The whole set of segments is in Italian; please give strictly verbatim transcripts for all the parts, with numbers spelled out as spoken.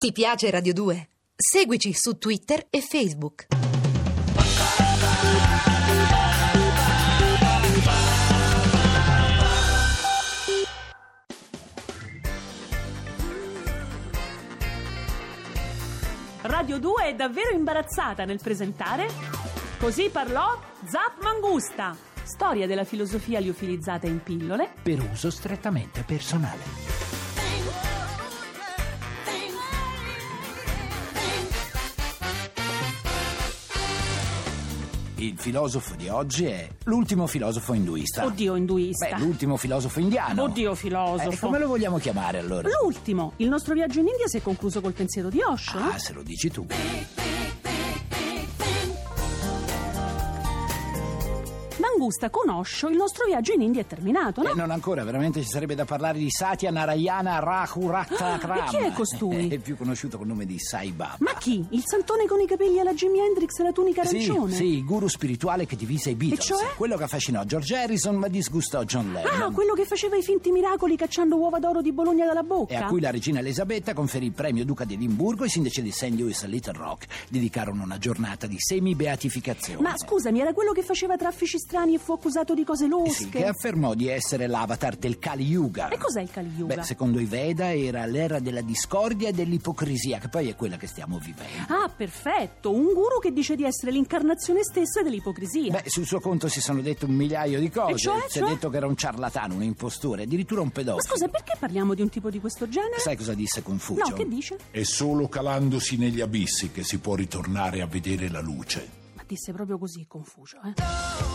Ti piace Radio due? Seguici su Twitter e Facebook. Radio due è davvero imbarazzata nel presentare Così parlò Zap Mangusta, storia della filosofia liofilizzata in pillole per uso strettamente personale. Il filosofo di oggi è l'ultimo filosofo induista. Oddio, induista. Beh, l'ultimo filosofo indiano. Oddio, filosofo. Eh, come lo vogliamo chiamare allora? L'ultimo. Il nostro viaggio in India si è concluso col pensiero di Osho. Ah, se lo dici tu. Mangusta, con Osho il nostro viaggio in India è terminato, no? Eh, non ancora, veramente ci sarebbe da parlare di Satya Narayana Raghurathram. Ah, e chi è costui? È più conosciuto col nome di Sai Baba. Ma chi? Il santone con i capelli alla Jimi Hendrix e la tunica arancione? Sì, sì, il guru spirituale che divise i Beatles. E cioè? Quello che affascinò George Harrison ma disgustò John Lennon. Ah, quello che faceva i finti miracoli cacciando uova d'oro di Bologna dalla bocca. E a cui la regina Elisabetta conferì il premio Duca di Edimburgo e i sindaci di Saint Louis e Little Rock dedicarono una giornata di semi-beatificazione. Ma scusami, era quello che faceva traffici strani e fu accusato di cose losche? Sì, che affermò di essere l'avatar del Kali Yuga. E cos'è il Kali Yuga? Beh, secondo i Veda era l'era della discordia e dell'ipocrisia, che poi è quella che stiamo vivendo. Ah, perfetto, un guru che dice di essere l'incarnazione stessa dell'ipocrisia. Beh, sul suo conto si sono dette un migliaio di cose. E cioè, si cioè? è detto che era un ciarlatano, un impostore, addirittura un pedofilo. Ma scusa, perché parliamo di un tipo di questo genere? Sai cosa disse Confucio? No, che dice? È solo calandosi negli abissi che si può ritornare a vedere la luce. Ma disse proprio così Confucio, eh?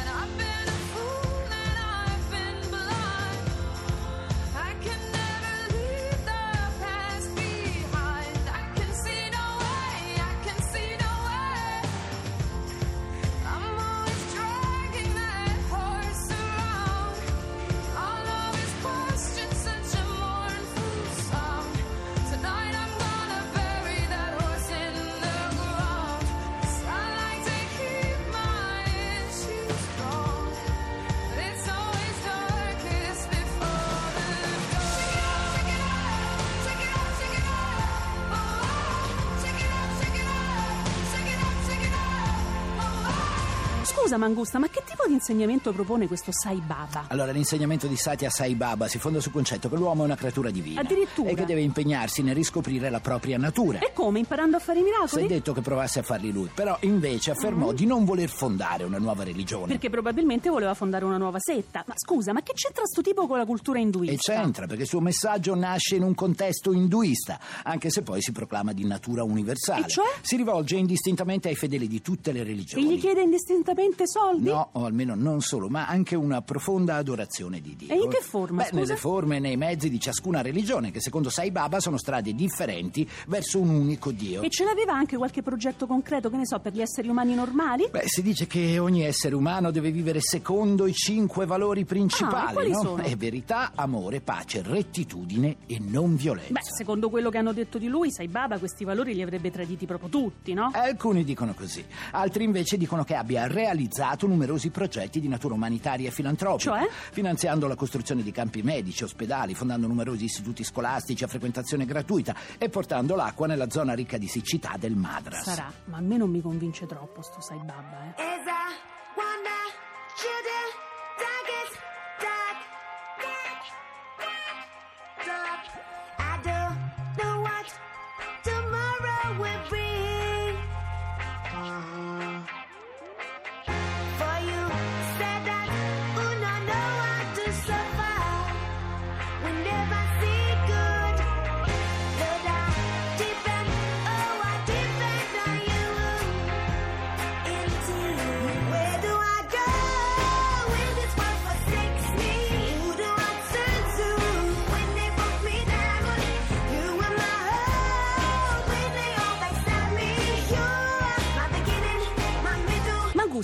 Scusa Mangusta, ma che tipo di insegnamento propone questo Sai Baba? Allora, l'insegnamento di Satya Sai Baba si fonda sul concetto che l'uomo è una creatura divina. Addirittura? E che deve impegnarsi nel riscoprire la propria natura. E come? Imparando a fare i miracoli? Si è detto che provasse a farli lui, però invece affermò Mm. di non voler fondare una nuova religione. Perché probabilmente voleva fondare una nuova setta. Ma scusa, ma che c'entra sto tipo con la cultura induista? E c'entra, perché il suo messaggio nasce in un contesto induista, anche se poi si proclama di natura universale. E cioè? Si rivolge indistintamente ai fedeli di tutte le E religioni. gli chiede indistintamente soldi? No, o almeno non solo, ma anche una profonda adorazione di Dio. E in che forma, Beh, scusa? nelle forme e nei mezzi di ciascuna religione, che secondo Sai Baba sono strade differenti verso un unico Dio. E ce l'aveva anche qualche progetto concreto, che ne so, per gli esseri umani normali? Beh, si dice che ogni essere umano deve vivere secondo i cinque valori principali, Ah, e quali no? sono? È verità, amore, pace, rettitudine e non violenza. Beh, secondo quello che hanno detto di lui, Sai Baba questi valori li avrebbe traditi proprio tutti, no? Alcuni dicono così, altri invece dicono che abbia realizzato numerosi progetti di natura umanitaria e filantropica, Cioè? finanziando la costruzione di campi medici, ospedali, fondando numerosi istituti scolastici a frequentazione gratuita e portando l'acqua nella zona ricca di siccità del Madras. Sarà, ma a me non mi convince troppo sto Sai Baba, eh.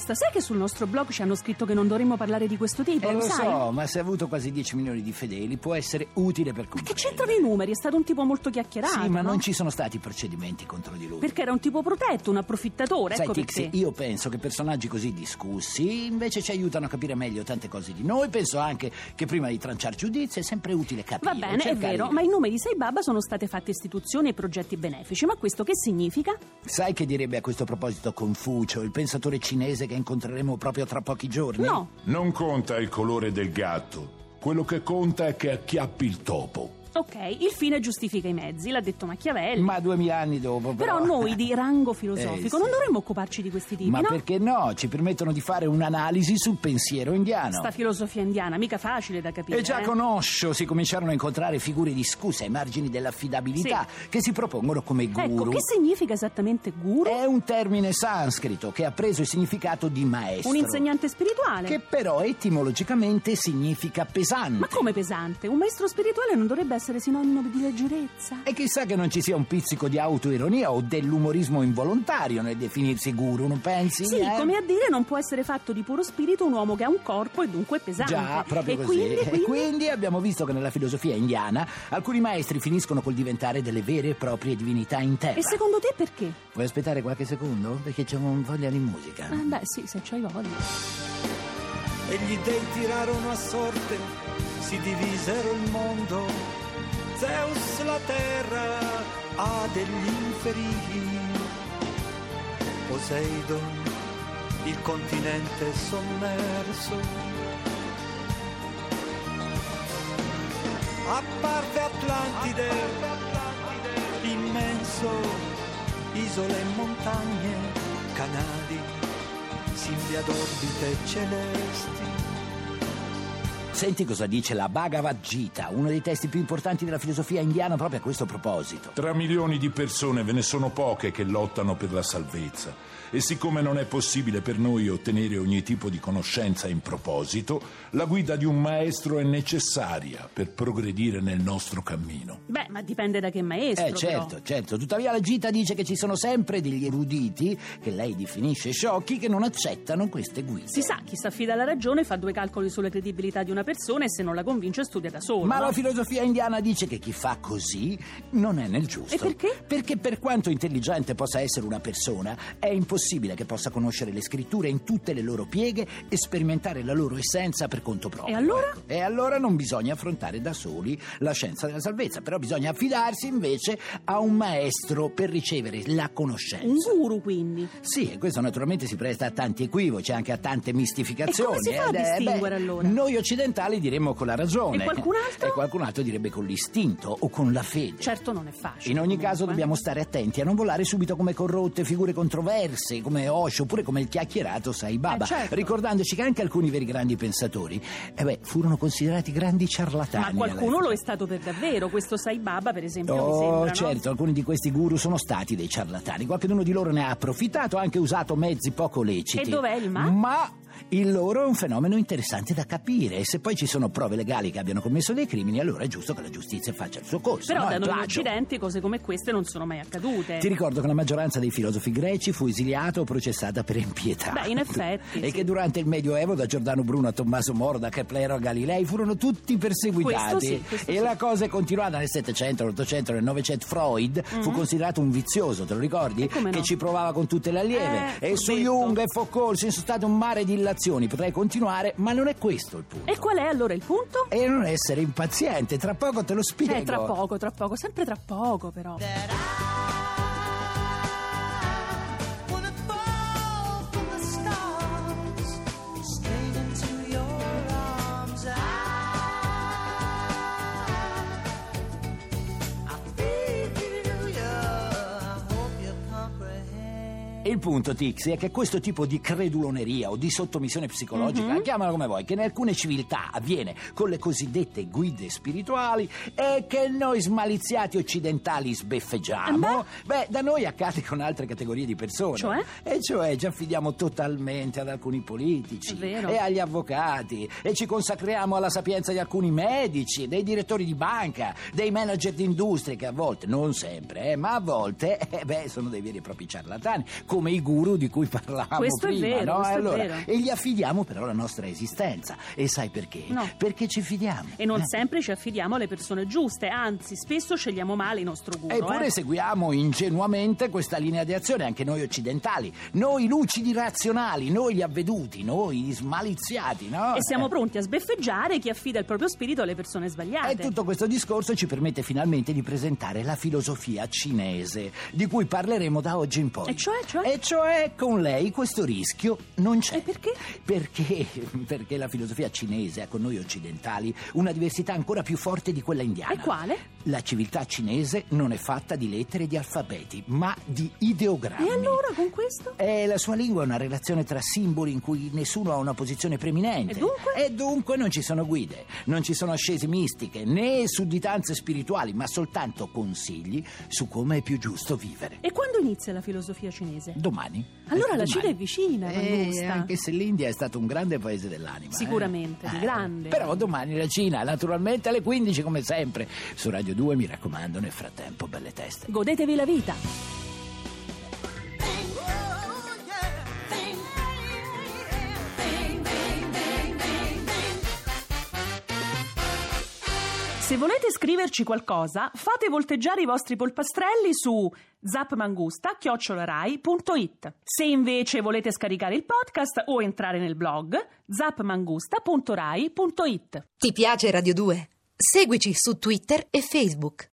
Mangusta, sai che sul nostro blog ci hanno scritto che non dovremmo parlare di questo tipo? Eh, lo lo sai? so, ma se ha avuto quasi dieci milioni di fedeli può essere utile per Ma che comprendere. c'entrano i numeri? È stato un tipo molto chiacchierato. Sì, ma no? non ci sono stati procedimenti contro di lui. Perché era un tipo protetto, un approfittatore, Sai, ecco Tixi, perché. io penso che personaggi così discussi invece ci aiutano a capire meglio tante cose di noi. Penso anche che prima di tranciare giudizi è sempre utile capire. Va bene, è cercare vero, di- ma in nome di Sai Baba sono state fatte istituzioni e progetti benefici, ma questo che significa? Sai che direbbe a questo proposito Confucio, il pensatore cinese che incontreremo proprio tra pochi giorni? No. Non conta il colore del gatto, quello che conta è che acchiappi il topo. Ok, il fine giustifica i mezzi, l'ha detto Machiavelli. Ma duemila anni dopo, però... Però noi di rango filosofico Eh, sì. non dovremmo occuparci di questi tipi, Ma no? perché no? Ci permettono di fare un'analisi sul pensiero indiano. Sta filosofia indiana, mica facile da capire. E già eh? conosco, si cominciarono a incontrare figure discusse ai margini dell'affidabilità che si propongono come guru. Ecco, che significa esattamente guru? È un termine sanscrito che ha preso il significato di maestro. Un insegnante spirituale. Che però etimologicamente significa pesante. Ma come pesante? Un maestro spirituale non dovrebbe essere sinonimo di leggerezza? E chissà che non ci sia un pizzico di autoironia o dell'umorismo involontario nel definirsi guru, non pensi? Sì, eh? come a dire non può essere fatto di puro spirito un uomo che ha un corpo e dunque è pesante. Già, proprio e così. Quindi, E quindi... quindi abbiamo visto che nella filosofia indiana alcuni maestri finiscono col diventare delle vere e proprie divinità in terra. E secondo te perché? Puoi aspettare qualche secondo? Perché c'è un voglia di musica. Eh beh, sì, se c'hai voglia. E gli dei tirarono a sorte, si divisero il mondo. Zeus la terra ha degli inferi, Poseidon il continente sommerso. Apparve Atlantide, immenso, isole e montagne, canali, simili ad orbite celesti. Senti cosa dice la Bhagavad Gita, uno dei testi più importanti della filosofia indiana proprio a questo proposito. Tra milioni di persone ve ne sono poche che lottano per la salvezza. E siccome non è possibile per noi ottenere ogni tipo di conoscenza in proposito, la guida di un maestro è necessaria per progredire nel nostro cammino. Beh, ma dipende da che maestro. Eh certo, però. certo, tuttavia la Gita dice che ci sono sempre degli eruditi, che lei definisce sciocchi, che non accettano queste guide. Si sa, chi si affida alla ragione fa due calcoli sulla credibilità di una persona e se non la convince studia da solo. Ma no? la filosofia indiana dice che chi fa così non è nel giusto. E perché? Perché per quanto intelligente possa essere una persona, è impossibile che possa conoscere le scritture in tutte le loro pieghe e sperimentare la loro essenza per conto proprio. E allora? Ecco. E allora non bisogna affrontare da soli la scienza della salvezza, però bisogna affidarsi invece a un maestro per ricevere la conoscenza. Un guru, quindi. Sì, e questo naturalmente si presta a tanti equivoci, anche a tante mistificazioni. E come si fa a ed è- distinguere, beh, allora? Noi occidentali diremmo con la ragione. E qualcun altro? E qualcun altro direbbe con l'istinto o con la fede. Certo non è facile. In ogni comunque. caso dobbiamo stare attenti a non volare subito come corrotte figure controverse, come Osho, oppure come il chiacchierato Sai Baba, Eh, certo. ricordandoci che anche alcuni veri grandi pensatori eh beh, furono considerati grandi ciarlatani. Ma qualcuno all'epoca. lo è stato per davvero. Questo Sai Baba, per esempio, mi Oh, sembra, no? certo, alcuni di questi guru sono stati dei ciarlatani. Qualcuno di loro ne ha approfittato, ha anche usato mezzi poco leciti. E dov'è il ma? Ma il loro è un fenomeno interessante da capire. E se poi ci sono prove legali che abbiano commesso dei crimini, allora è giusto che la giustizia faccia il suo corso. Però no? da Il noi in plagio. Occidente cose come queste non sono mai accadute. Ti ricordo che la maggioranza dei filosofi greci fu esiliata o processata per impietà. Beh, in effetti, E sì. che durante il Medioevo, da Giordano Bruno a Tommaso Moro, da Keplero a Galilei, furono tutti perseguitati. Questo sì, questo e sì. la cosa è continuata nel Settecento, nell'Ottocento, nel Novecento. Freud fu considerato un vizioso, te lo ricordi? Mm-hmm. E come no? Che ci provava con tutte le allieve. Eh, e su furbetto. Jung e Foucault ci sono state un mare di illazioni. Potrei continuare, ma non è questo il punto. E qual è allora il punto? E non essere impaziente, tra poco te lo spiego. Eh, tra poco, tra poco, sempre tra poco però. Wanna fall from the stars, straight into your arms. I, I feel you. I hope you comprehend. Il punto, Tixi, è che questo tipo di creduloneria o di sottomissione psicologica, Mm-hmm. chiamala come vuoi, che in alcune civiltà avviene con le cosiddette guide spirituali e che noi smaliziati occidentali sbeffeggiamo, Eh beh, da noi accade con altre categorie di persone. Cioè? E cioè ci affidiamo totalmente ad alcuni politici È vero. e agli avvocati e ci consacriamo alla sapienza di alcuni medici, dei direttori di banca, dei manager di industrie che a volte, non sempre, eh, ma a volte, eh, beh, sono dei veri e propri ciarlatani, come i guru di cui parlavamo Questo è prima, vero, no? questo è Allora, vero. e gli affidiamo però la nostra esistenza. E sai perché? No. Perché ci fidiamo. E non Eh. sempre ci affidiamo alle persone giuste, anzi, spesso scegliamo male il nostro guru. Eppure eh. seguiamo ingenuamente questa linea di azione, anche noi occidentali, noi lucidi razionali, noi gli avveduti, noi gli smaliziati, no? E siamo Eh. pronti a sbeffeggiare chi affida il proprio spirito alle persone sbagliate. E tutto questo discorso ci permette finalmente di presentare la filosofia cinese, di cui parleremo da oggi in poi. E cioè, cioè? E cioè, con lei questo rischio non c'è. E perché? Perché? Perché la filosofia cinese ha con noi occidentali una diversità ancora più forte di quella indiana. E quale? La civiltà cinese non è fatta di lettere e di alfabeti, ma di ideogrammi. E allora con questo? E la sua lingua è una relazione tra simboli in cui nessuno ha una posizione preeminente. E dunque? E dunque non ci sono guide, non ci sono ascesi mistiche, né sudditanze spirituali, ma soltanto consigli su come è più giusto vivere. E quando inizia la filosofia cinese? Domani. Allora Ecco, la domani. Cina è vicina, Eh, Mangusta. anche se l'India è stato un grande paese dell'anima. Sicuramente, eh. di Eh, grande. Però domani la Cina, naturalmente alle quindici come sempre. Su Radio due, mi raccomando, nel frattempo belle teste. Godetevi la vita. Se volete scriverci qualcosa, fate volteggiare i vostri polpastrelli su zapmangusta chiocciola rai punto it. Se invece volete scaricare il podcast o entrare nel blog zapmangusta punto rai punto it. Ti piace Radio due? Seguici su Twitter e Facebook.